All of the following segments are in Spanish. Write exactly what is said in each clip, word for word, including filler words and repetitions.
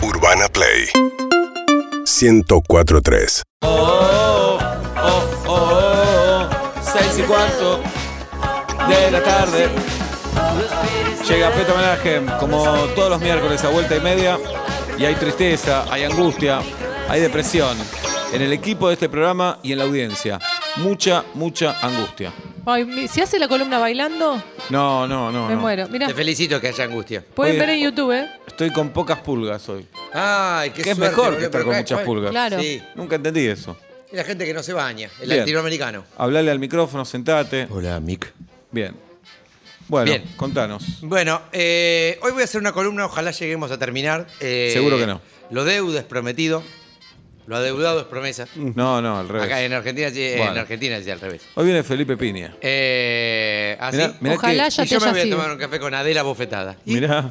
Urbana Play ciento cuatro punto tres. Oh, oh, oh, oh, seis y cuarto de la tarde. Llega Peto Homenaje, como todos los miércoles a vuelta y media. Y hay tristeza, hay angustia, hay depresión en el equipo de este programa y en la audiencia. Mucha, mucha angustia. Ay, ¿se hace la columna bailando? No, no, no. Me no. muero. Mirá, Te felicito que haya angustia. pueden Oye, ver en YouTube, ¿eh? Estoy con pocas pulgas hoy. Ay, qué Que es suerte, mejor boludo, que estar pero con acá- muchas pulgas. Claro. Sí. Nunca entendí eso. Y la gente que no se baña, el Bien. latinoamericano. Hablale al micrófono, sentate. Hola, Mick. Bien. Bueno, Bien. contanos. Bueno, eh, hoy voy a hacer una columna, ojalá lleguemos a terminar. Eh, Seguro que no. Lo deudo es prometido, lo adeudado es promesa. No, no, al revés. Acá en Argentina, sí, en Bueno. Argentina es al revés. Hoy viene Felipe Piña. Eh, ¿Así? Mirá, mirá Ojalá que- ya y te yo me haya voy a sido. tomar un café con Adela Bofetada. ¿Y? Mirá,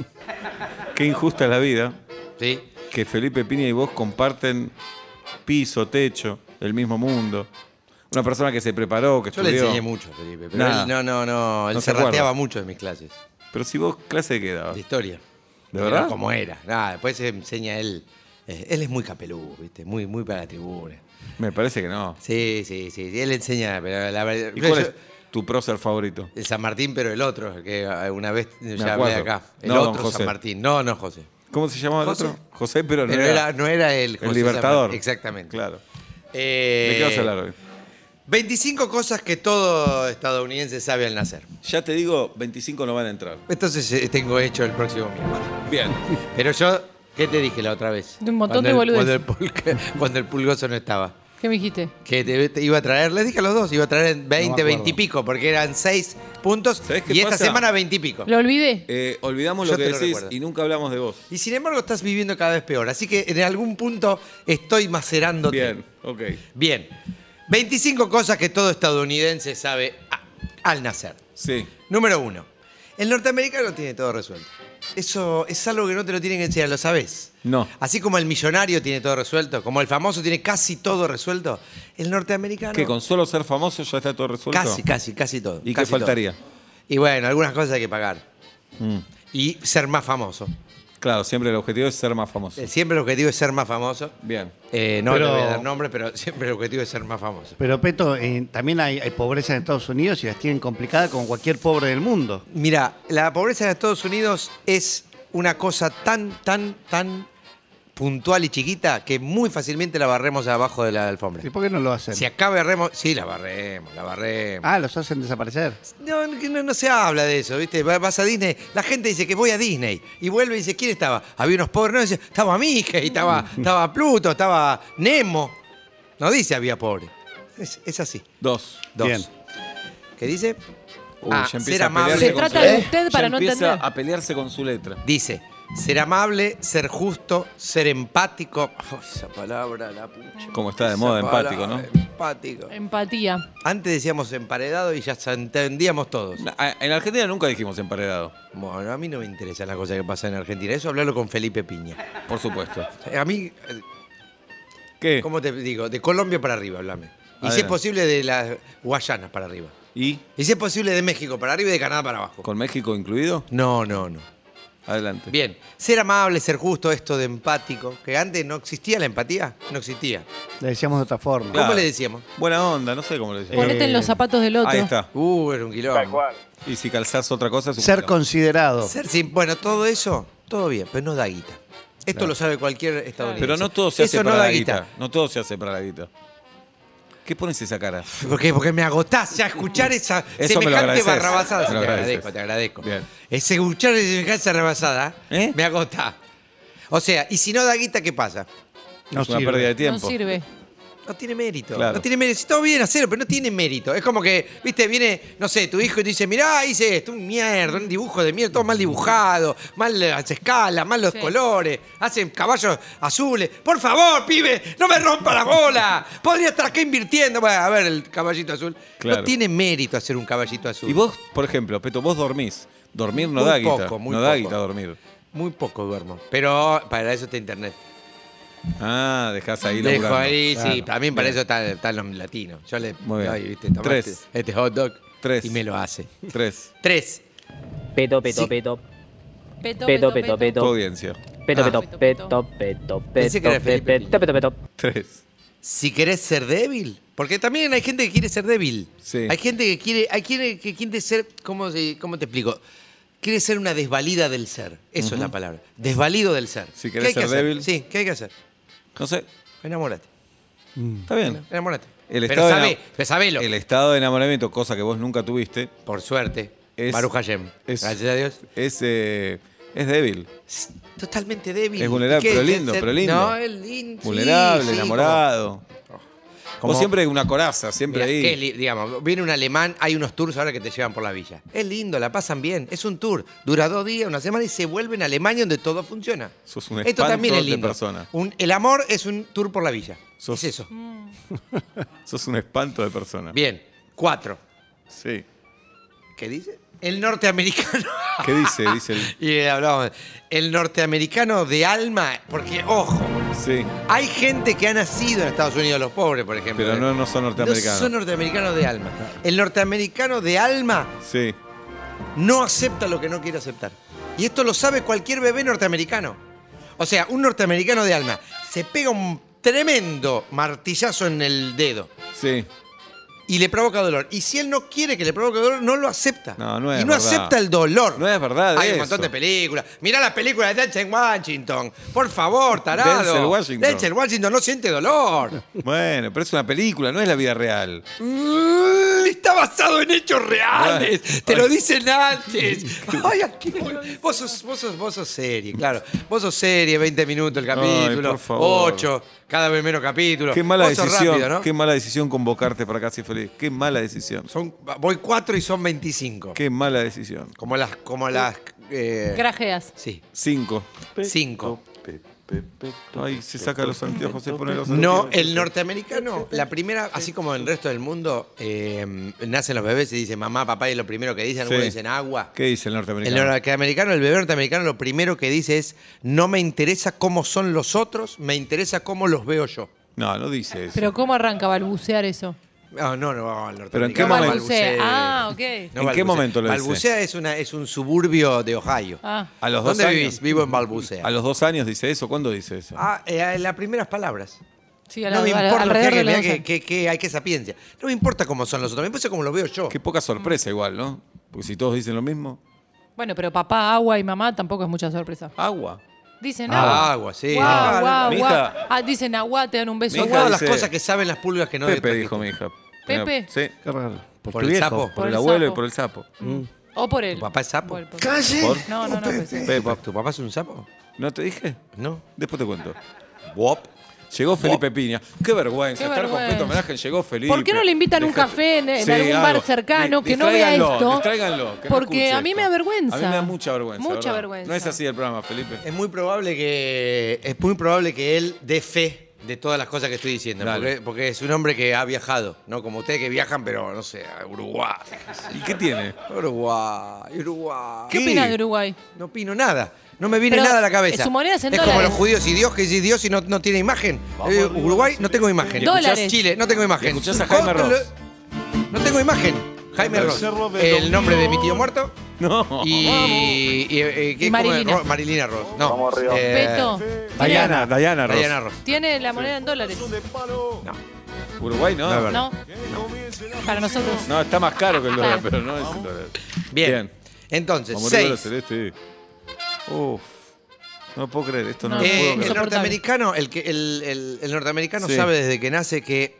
qué injusta es la vida, Sí. que Felipe Piña y vos comparten piso, techo, el mismo mundo. Una persona que se preparó, que Yo le estudió. enseñé mucho, Felipe, pero Nada. él no, no, no, él No se se acuerda. rateaba mucho de mis clases. Pero si vos, ¿clase de qué dabas? De historia. ¿De Era verdad? como era. Nada, después se enseña él. eh, él es muy capelú, ¿viste? Muy, muy para la tribuna. Me parece que no. Sí, sí, sí, sí, él enseña, pero la verdad. ¿Y cuál yo- es tu prócer favorito? El San Martín, pero el otro, el que una vez ya hablé acuerdo. acá. El No, don otro José. San Martín. No, no, José. ¿Cómo se llamaba el José. otro? José, pero no Pero era, era, no era el José el Libertador. San Martín. Exactamente. Claro. Eh, ¿De qué vas a hablar hoy? veinticinco cosas que todo estadounidense sabe al nacer. Ya te digo, veinticinco no van a entrar. Entonces eh, tengo hecho el próximo miércoles. Bien. Pero yo, ¿qué te dije la otra vez? De un montón Cuando de el- boludeces. Cuando el, pulga- cuando el pulgoso no estaba. ¿Qué me dijiste? Que te, te iba a traer, les dije a los dos, iba a traer veinte, acuerdo. veinte y pico, porque eran seis puntos. ¿Sabés qué Y esta pasa? semana veinte y pico. ¿Lo olvidé? Eh, olvidamos Yo lo que te lo decís recuerdo. y nunca hablamos de vos. Y sin embargo estás viviendo cada vez peor. Así que en algún punto estoy macerándote. Bien, ok. Bien. veinticinco cosas que todo estadounidense sabe a- al nacer. Sí. Número uno. El norteamericano tiene todo resuelto. Eso es algo que no te lo tienen que enseñar, lo sabés. No. Así como el millonario tiene todo resuelto, como el famoso tiene casi todo resuelto, el norteamericano... Que con solo ser famoso ya está todo resuelto. Casi, casi, casi todo. ¿Y qué casi todo. faltaría? Y bueno, algunas cosas hay que pagar. Mm. Y ser más famoso. Claro, siempre el objetivo es ser más famoso. Eh, Siempre el objetivo es ser más famoso. Bien. Eh, no Pero- le voy a dar nombres, pero siempre el objetivo es ser más famoso. Pero Peto, eh, también hay, hay pobreza en Estados Unidos y las tienen complicadas como cualquier pobre del mundo. Mira, la pobreza en Estados Unidos es una cosa tan, tan, tan puntual y chiquita que muy fácilmente la barremos abajo de la alfombra. ¿Y por qué no lo hacen? Si acá barremos, sí, la barremos, la barremos. Ah, los hacen desaparecer. No, no, no se habla de eso, ¿viste? Va- Vas a Disney, la gente dice que voy a Disney y vuelve y dice, ¿quién estaba? Había unos pobres, no, dice, estaba Mickey, estaba, estaba Pluto, estaba Nemo. No dice había pobre. Es, es así. Dos. Dos. Bien. ¿Qué dice? Uy, Ah, ya empieza ser a amable. pelearse Se con trata su- de usted ya para no empieza entender. a pelearse con su letra. Dice, ser amable, ser justo, ser empático. Oh, esa palabra, la pucha. Como está de Esa moda, palabra, empático, ¿no? Empático. Empatía. Antes decíamos emparedado y ya entendíamos todos. Na- En Argentina nunca dijimos emparedado, Bueno, a mí no me interesa la cosa que pasa en Argentina. Eso hablarlo con Felipe Piña. por supuesto. A mí, eh, ¿Qué? ¿cómo te digo? De Colombia para arriba, hablame. Y si Adelante. es posible, de las Guayanas para arriba. ¿Y Y si es posible, de México para arriba y de Canadá para abajo. con México incluido? No, no, no. Adelante. Bien, ser amable, ser justo, esto de empático, que antes no existía la empatía, no existía. Le decíamos de otra forma. Claro. ¿Cómo le decíamos? Buena onda, no sé cómo le decimos. Ponete en los zapatos del otro. Ahí está. Uh, era un quilombo. Y si calzás otra cosa, es un Ser quilombo. considerado. Ser sim- bueno, todo eso, todo bien, pero no da guita. Esto Claro. lo sabe cualquier estadounidense. Pero no todo se hace Eso para no da la guita. No todo se hace para la guita. ¿Qué pones esa cara? ¿Por qué? Porque me agotás ya escuchar esa Eso me lo semejante agradeces. barrabasada. Me Sí, lo te agradeces. agradezco, te agradezco. Bien. Ese escuchar esa semejante barrabasada ¿Eh? me agota. O sea, y si no da guita, ¿qué pasa? No es una sirve. pérdida de No tiempo. sirve. No tiene mérito. Claro. No tiene mérito. Está bien hacerlo, pero no tiene mérito. Es como que, viste, viene, no sé, tu hijo y te dice, mirá, hice esto, un mierda, un dibujo de mierda, todo mal dibujado, mal las escalas, mal los Sí. colores, hacen caballos azules. Por favor, pibe, no me rompa la bola. Podría estar acá invirtiendo. Bueno, a ver, el caballito azul. Claro. No tiene mérito hacer un caballito azul. Y vos, por ejemplo, Peto, vos dormís. Dormir no Muy da guita. poco, muy no da poco. guita dormir. Muy poco duermo. Pero para eso está internet. Ah, dejás ahí Dejo laburando. ahí, sí. Claro. También para Bien. eso están, están los latinos. Yo le Muy bien. doy, ¿viste? Tomate Tres. este hot dog Tres. y me lo hace. Tres. Tres. Peto, peto, Sí. peto. Peto, Peto, peto, Tu peto. audiencia. Peto, Ah. peto, peto, peto, Pensé que era peto, Felipe peto, peto, peto. Tres. Si querés ser débil. Porque también hay gente que quiere ser débil. Sí. Hay gente que quiere, hay quien que quiere ser, ¿cómo, se- cómo te explico? Quiere ser una desvalida del ser. Eso es la palabra. Desvalido del ser. Si ¿Qué querés hay que ser hacer? débil. Sí, ¿qué hay que hacer? No sé. Enamórate. Está bien. Enamórate. El pero estado de sabé, enam- pero sabelo. El estado de enamoramiento, cosa que vos nunca tuviste, Por suerte. Es- Baruch Hashem. es- Gracias a Dios. es, eh, es débil. Es totalmente débil. Es vulnerable, ¿Y qué? pero lindo, Ser- pero lindo. No, es lindo. sí, Vulnerable, sí, enamorado. como- Vos siempre una coraza, siempre Mirá, ahí. ¿qué es li- digamos, viene un alemán, hay unos tours ahora que te llevan por la villa. Es lindo, la pasan bien. Es un tour. Dura dos días, una semana y se vuelven a Alemania donde todo funciona. Sos un Esto espanto también es de lindo. persona. Un- el amor es un tour por la villa. Sos- Es eso. Sos un espanto de persona. Bien. Cuatro. Sí. ¿Qué dice? El norteamericano. ¿Qué dice? Dice el. y eh, hablábamos. El norteamericano de alma, porque, ojo, Sí. hay gente que ha nacido en Estados Unidos, los pobres, por ejemplo. Pero ¿eh? no, no son norteamericanos. No son norteamericanos de alma. El norteamericano de alma Sí. no acepta lo que no quiere aceptar. Y esto lo sabe cualquier bebé norteamericano. O sea, un norteamericano de alma se pega un tremendo martillazo en el dedo Sí. y le provoca dolor. Y si él no quiere que le provoque dolor, no lo acepta. No, no es y no verdad. acepta el dolor. No es verdad Hay un eso. montón de películas. Mirá la película de Denzel Washington. Por favor, tarado. Denzel Washington. Denzel Washington no siente dolor. Bueno, pero es una película, no es la vida real. Mm, Está basado en hechos reales. Ay. Te lo Ay. dicen antes. Ay, aquí, vos, sos, vos, sos, vos sos serie, claro. Vos sos serie, veinte minutos el capítulo, por favor. ocho, cada vez menos capítulos. Qué mala Vos sos decisión. rápido, ¿no? Qué mala decisión convocarte para Casi Feliz. Qué mala decisión. Son, voy cuatro y son veinticinco. Qué mala decisión. Como las, como las, eh, Grajeas. sí, Cinco. cinco. Ay, se saca los anteojos, se pone los No, anteojos. el norteamericano, la primera, así como en el resto del mundo, eh, nacen los bebés y dicen mamá, papá, y lo primero que dicen, algunos Sí. dicen agua. ¿Qué dice el El norteamericano? norteamericano, el bebé norteamericano, lo primero que dice es: no me interesa cómo son los otros, me interesa cómo los veo yo. No, no dice eso. Pero ¿cómo arranca a balbucear eso? No, no, no, el norteamericano Pero ¿en qué no momento? Balbucea. Ah, ok. No ¿En qué balbucea. momento lo dice? Balbucea es, una, es un suburbio de Ohio. Ah. A los dos ¿Dónde años. vivís? Vivo en Balbucea. ¿A los dos años dice eso? ¿Cuándo dice eso? Ah, eh, en las primeras palabras. Sí, a No la- me a la- importa lo que alrededor haga, de mirá los que, doce. que, que hay que sapiencia. No me importa cómo son los otros, me importa cómo los veo yo. Qué poca sorpresa igual, ¿no? Porque si todos dicen lo mismo. Bueno, pero papá, agua y mamá tampoco es mucha sorpresa. Agua. Dicen Ah, agua. agua, sí. Guau, Ah, guau, mi guau. hija- Ah, dicen agua, te dan un beso. Mi hija guau. Todas las dice- cosas que saben las pulgas que no Pepe detectan. dijo mi hija. ¿Pepe? Sí. Qué raro. ¿Por tu el viejo. sapo? Por, Por el el abuelo y sapo. por el sapo. O por él. ¿Tu papá es sapo? Por- por- ¿Por? No, no, no. pues sí. ¿Tu, Pepe. pa- tu papá es un sapo? ¿No te dije? No. Después te cuento. Wop. Llegó Felipe Piña. Qué vergüenza. Qué estar vergüenza. completo homenaje. Llegó Felipe. ¿Por qué no le invitan un Deja- café en, en Sí, algún bar algo. cercano Di- que no vea distráiganlo, esto? distráiganlo, que no Porque escuche a mí esto. me da vergüenza. A mí me da mucha vergüenza. Mucha ¿verdad? vergüenza. No es así el programa, Felipe. Es muy probable que es muy probable que él dé fe de todas las cosas que estoy diciendo, Dale. porque, porque es un hombre que ha viajado, no como ustedes que viajan, pero no sé, a Uruguay. ¿Y qué tiene? Uruguay, Uruguay. ¿Qué ¿Qué? opinas de Uruguay? No opino nada. No me viene Pero nada a la cabeza. su moneda es en como dólares. los judíos y Dios, que dice Dios y no, no tiene imagen. Eh, Uruguay, no tengo imagen. Dólares. Chile, no tengo imagen. ¿Y escuchás a Jaime Co- Ross? No tengo imagen. Jaime Ross. El nombre de mi tío muerto. No. Y, y, eh, ¿qué- Y cómo es? Marilina. Ro- Marilina Ross. No. Eh, Peto. Diana, Diana Ross. Diana Ross. Tiene la moneda en dólares. Uruguay no. No es verdad. ¿No? Para nosotros. No, está más caro que el dólar, Claro. pero no es el dólar. Bien. Bien. Entonces, Vamos a morir seis. celeste. Uf. No puedo creer, esto no, No, lo Eh, puedo el creer. insoportable. norteamericano, el, que, el, el- el norteamericano Sí. sabe desde que nace que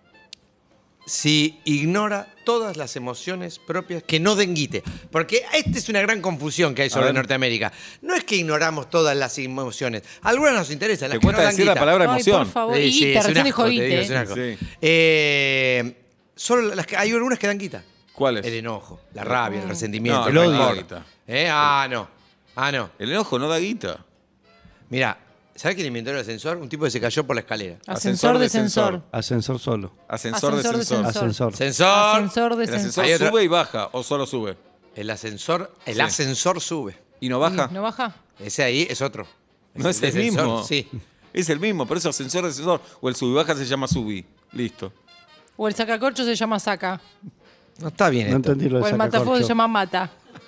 si ignora todas las emociones propias, que no den guite. Porque esta es una gran confusión que hay A sobre ver. Norteamérica. No es que ignoramos todas las emociones. Algunas nos interesan, las Te que no cuesta dan decir la guita. palabra Ay, emoción. por favor. Sí, Y sí, guita, es un recién asco, dijo te digo, guite. es un asco. Sí. Eh, solo las que, hay algunas que dan guita. ¿Cuál El es? enojo, la rabia, el resentimiento, No, el no rencor. da guita. ¿Eh? Ah, no. Ah, no. El enojo no da guita. Mira, ¿sabes quién inventó el ascensor? Un tipo que se cayó por la escalera. Ascensor, descensor. Ascensor solo. Ascensor, Ascensor, descensor. descensor. Ascensor. Ascensor. Ascensor, El descensor. ascensor Hay otra- sube y baja o solo sube. El ascensor, el Sí. ascensor sube. ¿Y no baja? ¿No baja? Ese ahí es otro. No es el descensor, mismo. Sí. Es el mismo, por eso ascensor, descensor. O el sub y baja se llama subi. Listo. O el sacacorcho se llama saca. No está bien No esto. entendí lo de O el matafuego sacacorcho. se llama mata.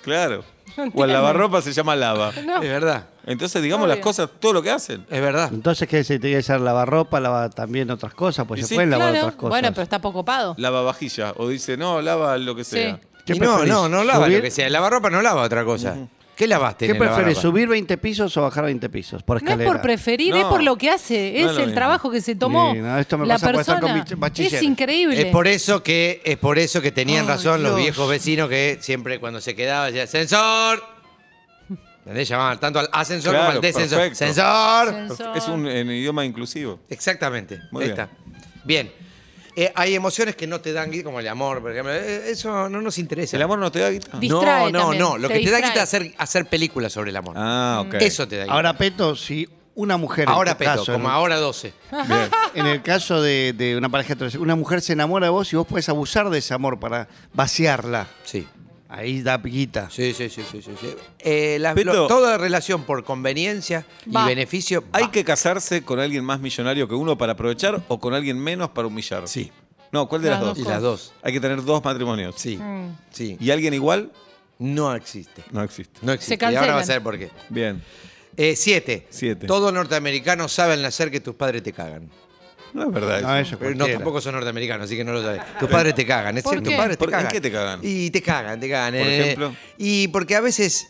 Claro. O el lavarropa se llama lava. No. Es verdad, Entonces, digamos Obvio. las cosas, todo lo que hacen. es verdad. Entonces, ¿qué se tiene que hacer? Lavarropa, lavar también otras cosas, pues Y se sí, pueden lavar Claro. otras cosas. Bueno, pero está poco copado. Lava vajilla. O dice, no, lava lo que Sí. sea. ¿Qué Y no, preferís? no, no lava ¿Subir? lo que sea. El lavarropa no lava otra cosa. ¿Qué lavaste? ¿Qué en el preferís? lavarropa? ¿Subir veinte pisos o bajar veinte pisos? Por No es escalera. por preferir, No. es por lo que hace. No Es es lo el mismo. trabajo que se tomó. Sí, no, esto me la pasa por estar persona. con mis bachilleres. Es increíble. Es por eso que, es por eso que tenían Ay, razón los Dios. viejos vecinos que siempre cuando se quedaba decían, ¡Sensor! ¿Entendés? Llamaban tanto al ascensor Claro, como al descensor. perfecto. ¡Sensor! Sensor. Es un en idioma inclusivo. Exactamente. Muy Ahí bien. está. Bien. Eh, hay emociones que no te dan guita, como el amor, por ejemplo. Eh, Eso no nos interesa. ¿El amor no te da guita? Di- No, distrae no, también, no. Lo te que te da distrae. guita es hacer, hacer películas sobre el amor. Ah, ok. Eso te da guita. Ahora, Peto, si una mujer. Ahora, en tu Peto, caso, como en, ahora doce. Bien. en el caso de, de una pareja heterosexual, una mujer se enamora de vos y vos podés abusar de ese amor para vaciarla. Sí. Ahí da guita. Sí, sí, sí, sí, sí, sí. Eh, la- Peto. lo- toda relación por conveniencia Va. y beneficio. ¿Hay va. que casarse con alguien más millonario que uno para aprovechar o con alguien menos para humillar? Sí. No, ¿cuál de las, Las dos? Y las dos. Hay que tener dos matrimonios. Sí. Mm. Sí. ¿Y alguien igual? No existe. No existe. No existe. Se Y ahora cancelan. va a ser por qué. Bien. Eh, siete. Siete. Todo norteamericano sabe al nacer que tus padres te cagan. No es verdad. No, eso. eso Pero no, cualquiera. tampoco son norteamericanos, así que no lo sabes. Tus padres te cagan. Es ¿Por cierto, qué? tus padres te ¿Por- en cagan. qué te cagan? Y te cagan, te cagan. Por eh, ejemplo. Y porque a veces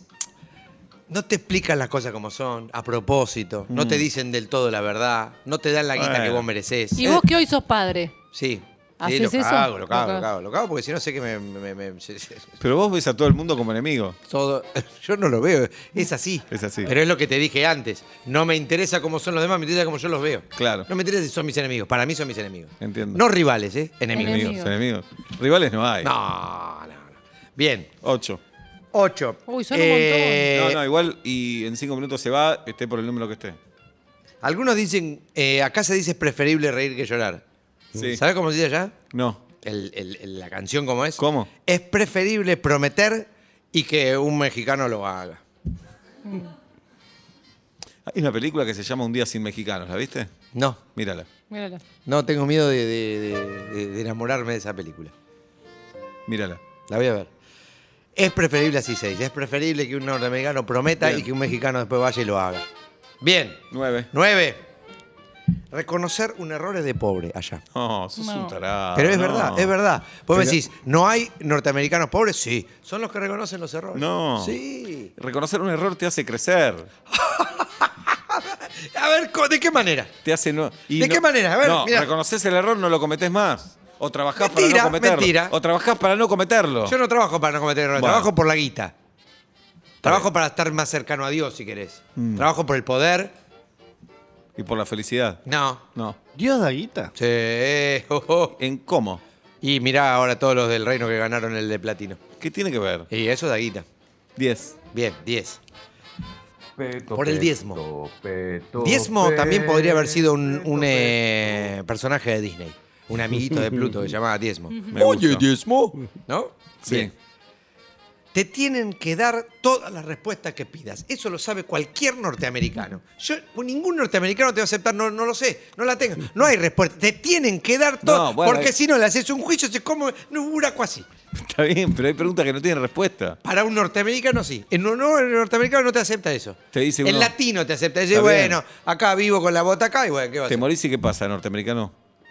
no te explican las cosas como son, a propósito. No te dicen del todo la verdad. No te dan la guita Mm. Bueno. que vos mereces. ¿Y vos que hoy sos padre? Sí. Sí, ¿Haces lo eso? cago, lo cago, Lo lo cago. cago, lo cago, porque si no sé que me... me- me- se- se- Pero vos ves a todo el mundo como enemigo. todo, yo no lo veo, es así. Es así. Pero es lo que te dije antes. No me interesa cómo son los demás, me interesa cómo yo los veo. Claro. No me interesa si son mis enemigos. Para mí son mis enemigos. Entiendo. No rivales, ¿eh? Enemigos. Enemigos, Enemigos. enemigos. Rivales no hay. No, no, no. Bien. Ocho. Ocho. Uy, son un No, no, igual y en cinco minutos se va, esté por el número que esté. Algunos dicen, eh, acá se dice es preferible reír que llorar. Sí. ¿Sabes cómo se dice allá? No. El- el- el- la canción, ¿cómo es? ¿Cómo? Es preferible prometer y que un mexicano lo haga. Hay una película que se llama Un día sin mexicanos, ¿la viste? No, Mírala. Míralo. no tengo miedo de, de- de- de- de enamorarme de esa película. Mírala. La voy a ver. Es preferible, así se dice, es preferible que un norteamericano prometa Bien. y que un mexicano después vaya y lo haga. Bien. Nueve. Nueve. Reconocer un error es de pobre allá. No, sos No. un tarado. Pero es no. verdad, es verdad. Vos me Pero- decís, ¿no hay norteamericanos pobres? Sí. Son los que reconocen los errores. No. Sí. Reconocer un error te hace crecer. A ver, co- ¿de qué manera? Te hace no. y ¿De no- qué manera? A ver, no, mirá. reconoces el error, no lo cometés más. O trabajás Mentira, para no cometerlo. mentira. O trabajás para no cometerlo. Yo no trabajo para no cometer errores, Bueno. trabajo por la guita. Trabajo para estar más cercano a Dios, si querés. Mm. Trabajo por el poder. Y por la felicidad. No. No. Dios da guita. Sí. oh, oh. ¿En cómo? Y mirá ahora todos los del reino que ganaron el de platino. ¿Qué tiene que ver? Y eso da guita. Diez. Bien, diez. Peto, Por el peto, diezmo. peto, Diezmo también podría haber sido un, peto, un, peto. eh, personaje de Disney. Un amiguito de Pluto que se llamaba Diezmo. Me gusta. Diezmo. ¿No? Sí. Bien. Te tienen que dar todas las respuestas que pidas. Eso lo sabe cualquier norteamericano. Yo, ningún norteamericano te va a aceptar, no, no lo sé, no la tengo. No hay respuesta. Te tienen que dar todo. No, bueno, porque hay- si no le haces un juicio, se come un buraco así. Está bien, pero hay preguntas que no tienen respuesta. Para un norteamericano sí. En no, no, el norteamericano no te acepta eso. Te dice El uno- latino te acepta. Dice, Está bien. bueno, acá vivo con la bota acá y bueno, ¿qué va a ¿Te hacer? morís y qué pasa, norteamericano?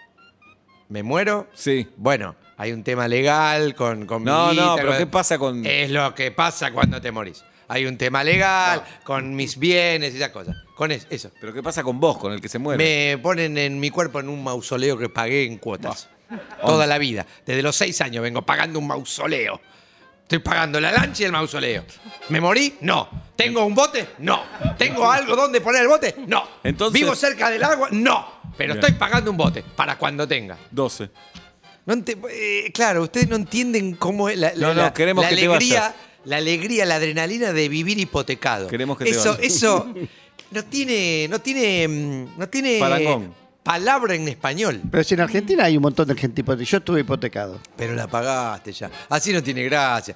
¿Me muero? Sí. Bueno, hay un tema legal con, con mi No, guita, no, pero con- ¿qué pasa con...? Es lo que pasa cuando te morís. Hay un tema legal con mis bienes y esas cosas. Con es- eso. ¿Pero qué pasa con vos, con el que se muere? Me ponen en mi cuerpo en un mausoleo que pagué en cuotas. Toda la vida. Desde los seis años vengo pagando un mausoleo. Estoy pagando la lancha y el mausoleo. ¿Me morí? No. ¿Tengo un bote? No. ¿Tengo algo donde poner el bote? No. Entonces- ¿Vivo cerca del agua? No. Pero Bien. estoy pagando un bote para cuando tenga. doce. No ente- eh, claro, ustedes no entienden cómo es la, la- No, no, la- queremos la que te alegría, vayas. la alegría, la adrenalina de vivir hipotecado. Queremos que te eso, vayas. eso no tiene, no tiene, mm, no tiene Parangón. palabra en español. Pero si en Argentina hay un montón de gente hipotecada. Yo estuve hipotecado. Pero la pagaste ya. Así no tiene gracia.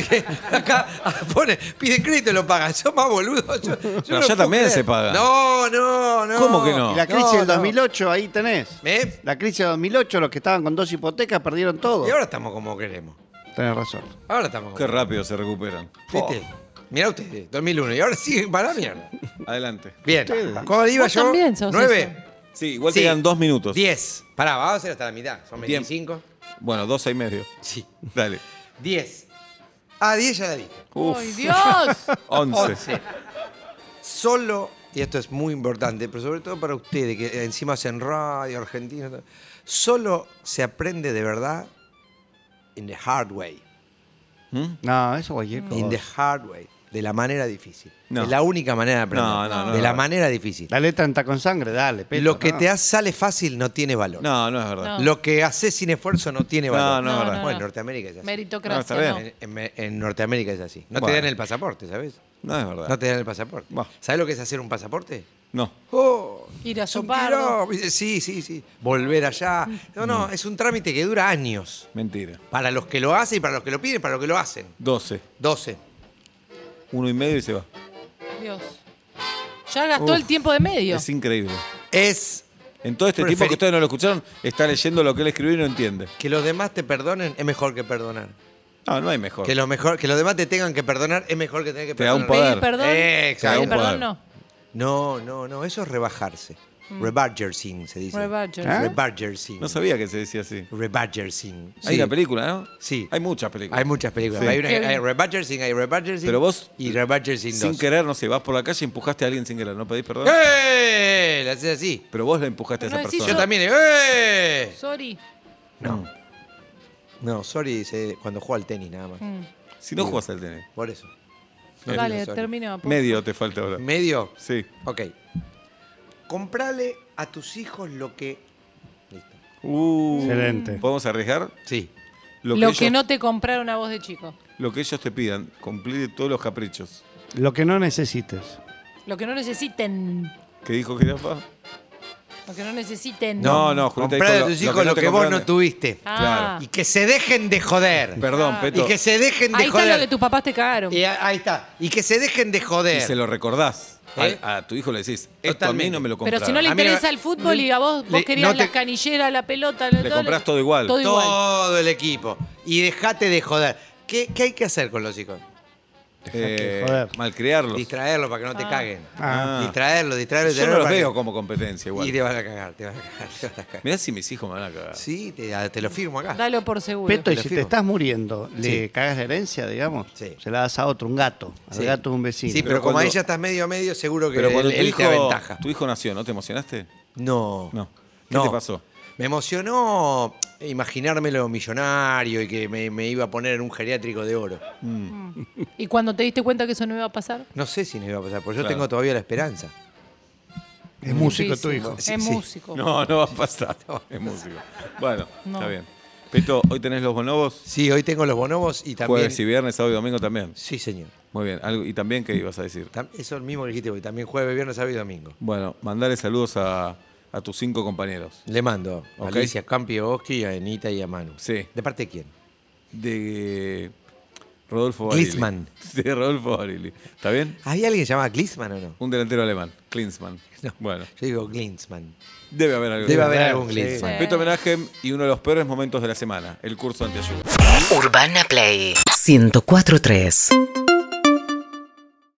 Acá pone, pide crédito y lo pagan. Son más boludos. Yo, yo Pero no allá puedo también creer. se paga. No, no, no. ¿Cómo que no? Y la crisis No, del no. dos mil ocho, ahí tenés. ¿Eh? La crisis del dos mil ocho, los que estaban con dos hipotecas perdieron todo. Y ahora estamos como queremos. tenés razón. Ahora estamos. Qué rápido se recuperan. ¿Viste? Mirá ustedes, dos mil uno. Y ahora siguen para la mierda. Adelante. Bien. ¿Cómo iba Vos yo? también sos ¿Nueve? eso. Sí, igual Sí. te quedan dos minutos. Diez. Pará, vamos a hacer hasta la mitad. Son Bien. veinticinco. Bueno, doce y medio. Sí. Dale. Diez. Ah, diez ya la dije. Uf. ¡Ay, Dios! Once. Once. Solo, y esto es muy importante, pero sobre todo para ustedes que encima hacen radio argentina, solo se aprende de verdad in the hard way. No, eso cualquier cosa. In the hard way. De la manera difícil. No. Es la única manera de aprender. No, no, no, de la no. manera difícil. La letra entra con sangre, dale. Peto, Lo que no. te ha- sale fácil no tiene valor. No, no es verdad. No. Lo que haces sin esfuerzo no tiene valor. no es verdad. Bueno, en Norteamérica es así. Meritocracia, No, está bien. no. En, en- en Norteamérica es así. No Bueno. te dan el pasaporte, ¿sabes? No es verdad. No te dan el pasaporte. Bah. ¿Sabes lo que es hacer un pasaporte? No. Oh, Ir a es un Sopardo. quilombo. Sí, sí, sí. Volver allá. No, no, es un trámite que dura años. Mentira. Para los que lo hacen y para los que lo piden, para los que lo hacen. Doce. doce. Uno y medio y se va. Dios. Ya gastó el tiempo de medio. Es increíble. Es En todo este Preferi- tiempo que ustedes no lo escucharon, está leyendo lo que él escribió y no entiende. que los demás te perdonen, es mejor que perdonar. No, no hay mejor. Que, lo mejor, que los demás te tengan que perdonar, es mejor que tener que Te da un perdonar. poder. Pedir perdón. Eh, exacto. Pedir un poder. perdón no. No, no, no, eso es rebajarse. Rebadgersing se dice. Rebadgers. ¿Ah? Rebadgersing. No sabía que se decía así. Rebadgersing. Hay Sí. una película, ¿no? Sí. Hay muchas películas. Hay muchas películas. Sí. Hay, una, Qué bien. hay Rebadgersing, hay Rebadgersing. Pero vos, Y Rebadgersing Sin dos. querer, no sé, vas por la calle y empujaste a alguien sin querer, ¿no pedís perdón? ¡Eh! La haces así. Pero vos la empujaste a Pero esa no decís Yo persona. también. ¡Eh! Sorry. No. No, sorry, dice cuando juega al tenis nada más. Mm. Si no jugás al tenis. Por eso. No Dale, digo sorry. termina. por Medio te falta ahora. ¿Medio? Sí. Ok. Comprale a tus hijos lo que. Listo. Uh, Excelente. ¿Podemos arriesgar? Sí. Lo, Lo que, que ellos, no te compraron a vos de chico. lo que ellos te pidan, cumplir todos los caprichos. Lo que no necesites. Lo que no necesiten. ¿Qué dijo Jirafa? Lo que no necesiten. No, no, Julieta Comprale dijo a lo- tus lo hijos que no lo te que vos compraron. no tuviste. Ah. Claro. Y que se dejen de joder. Perdón, Ah. Peto. Y que se dejen de Ahí está joder. lo que tus papás te cagaron. Y a- ahí está. Y que se dejen de joder. Y se lo recordás. ¿Eh? A, a tu hijo le decís, esto a mí Totalmente. no me lo Pero compraron. si no le A mí no- interesa el fútbol y a vos, vos Le- querías no te- la canillera, la pelota, Le comprás todo igual. Todo igual. Todo el equipo. Y dejate de joder. ¿Qué, qué hay que hacer con los hijos? Eh, joder. malcriarlos. Distraerlos para que no te Ah. caguen. Ah. Distraerlos, distraerlos. Yo no distraerlos los para veo que- como competencia igual. Y te van a cagar, te van a cagar, te van a cagar. Mirá si mis hijos me van a cagar. Sí, te, te lo firmo acá. Dalo por seguro. Peto, y Te lo si firmo. te estás muriendo, ¿le Sí. cagas la herencia, digamos? Sí. Se la das a otro, un gato. Al Sí. gato de un vecino. Sí, pero, Pero como cuando- ahí ya estás medio a medio, seguro que Pero él, cuando tu él hijo, te aventaja. tu hijo nació, ¿no te emocionaste? No. No. ¿Qué No. te pasó? Me emocionó imaginármelo millonario y que me, me iba a poner en un geriátrico de oro. ¿Y cuando te diste cuenta que eso no iba a pasar? No sé si me iba a pasar, porque yo Claro. tengo todavía la esperanza. Es músico tu Difícil. hijo. Es Sí, sí. músico. No, no va a pasar. Es músico. Bueno, No. está bien. Peto, hoy tenés los bonobos. Sí, hoy tengo los bonobos y también. Jueves y viernes, sábado y domingo también. Sí, señor. Muy bien. Algo, y también, ¿qué ibas a decir? Tam- Eso es el mismo que dijiste hoy. También jueves, viernes, sábado y domingo. Bueno, mandale saludos a, a tus cinco compañeros. Le mando a Ok. Alicia, Campi, a Oski, a Anita y a Manu. Sí. ¿De parte de quién? De Rodolfo Barili. Klinsmann. De Rodolfo Barili. ¿Está bien? ¿Había alguien que se llamaba Klinsmann o no? Un delantero alemán, Klinsmann. No. Bueno, Yo digo Klinsmann. debe haber algo. Debe haber haber, algún sí. Klinsmann. Sí. Peto homenaje y uno de los peores momentos de la semana, el curso antiayuda. Urbana Play ciento cuatro punto tres.